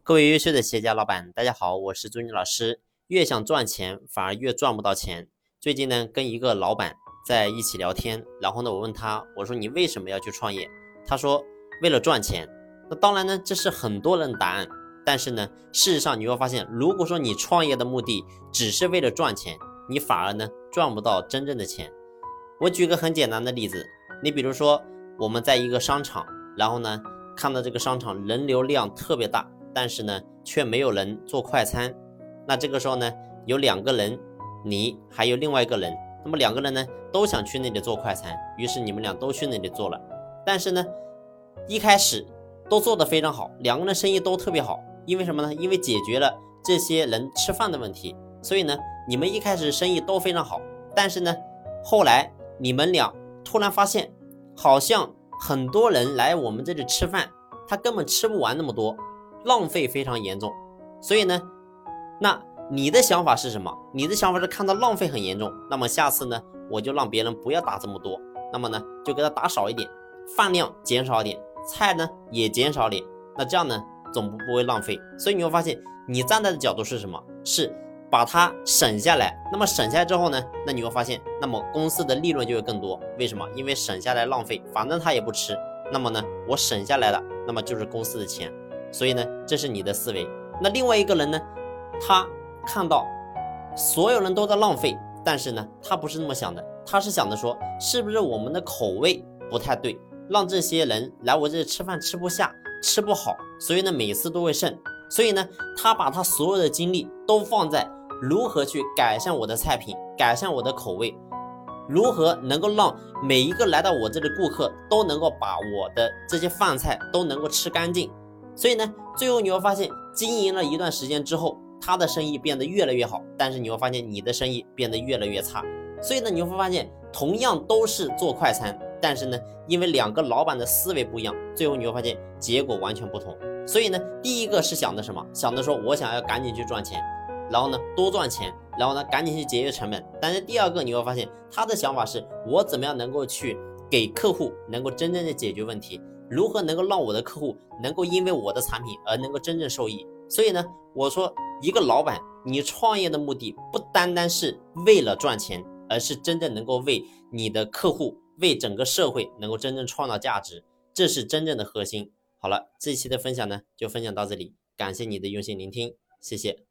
各位优秀的企业家老板，大家好，我是朱军老师。越想赚钱，反而越赚不到钱。最近呢，跟一个老板在一起聊天，然后呢，我问他，我说你为什么要去创业？他说为了赚钱。那当然呢，这是很多人的答案。但是呢，事实上你会发现，如果说你创业的目的只是为了赚钱，你反而呢赚不到真正的钱。我举个很简单的例子，你比如说我们在一个商场，然后呢看到这个商场人流量特别大，但是呢却没有人做快餐。那这个时候呢有两个人，你还有另外一个人，那么两个人呢都想去那里做快餐，于是你们俩都去那里做了。但是呢一开始都做得非常好，两个人生意都特别好，因为什么呢？因为解决了这些人吃饭的问题，所以呢你们一开始生意都非常好。但是呢后来你们俩突然发现，好像很多人来我们这里吃饭，他根本吃不完那么多，浪费非常严重。所以呢，那你的想法是什么？你的想法是看到浪费很严重，那么下次呢，我就让别人不要打这么多，那么呢，就给他打少一点，饭量减少一点，菜呢也减少点，那这样呢，总不会浪费。所以你会发现，你站在的角度是什么？是把它省下来。那么省下来之后呢，那你会发现，那么公司的利润就会更多。为什么？因为省下来浪费，反正他也不吃，那么呢，我省下来了，那么就是公司的钱。所以呢，这是你的思维。那另外一个人呢，他看到所有人都在浪费，但是呢，他不是那么想的，他是想的说，是不是我们的口味不太对，让这些人来我这里吃饭吃不下，吃不好，所以呢，每次都会剩。所以呢，他把他所有的精力都放在如何去改善我的菜品，改善我的口味，如何能够让每一个来到我这里的顾客都能够把我的这些饭菜都能够吃干净。所以呢，最后你会发现，经营了一段时间之后，他的生意变得越来越好，但是你会发现你的生意变得越来越差。所以呢，你会发现同样都是做快餐，但是呢，因为两个老板的思维不一样，最后你会发现结果完全不同。所以呢，第一个是想的什么？想的说我想要赶紧去赚钱，然后呢多赚钱，然后呢赶紧去节约成本。但是第二个你会发现他的想法是，我怎么样能够去给客户能够真正的解决问题，如何能够让我的客户能够因为我的产品而能够真正受益。所以呢，我说一个老板，你创业的目的不单单是为了赚钱，而是真正能够为你的客户，为整个社会能够真正创造价值，这是真正的核心。好了，这一期的分享呢就分享到这里，感谢你的用心聆听，谢谢。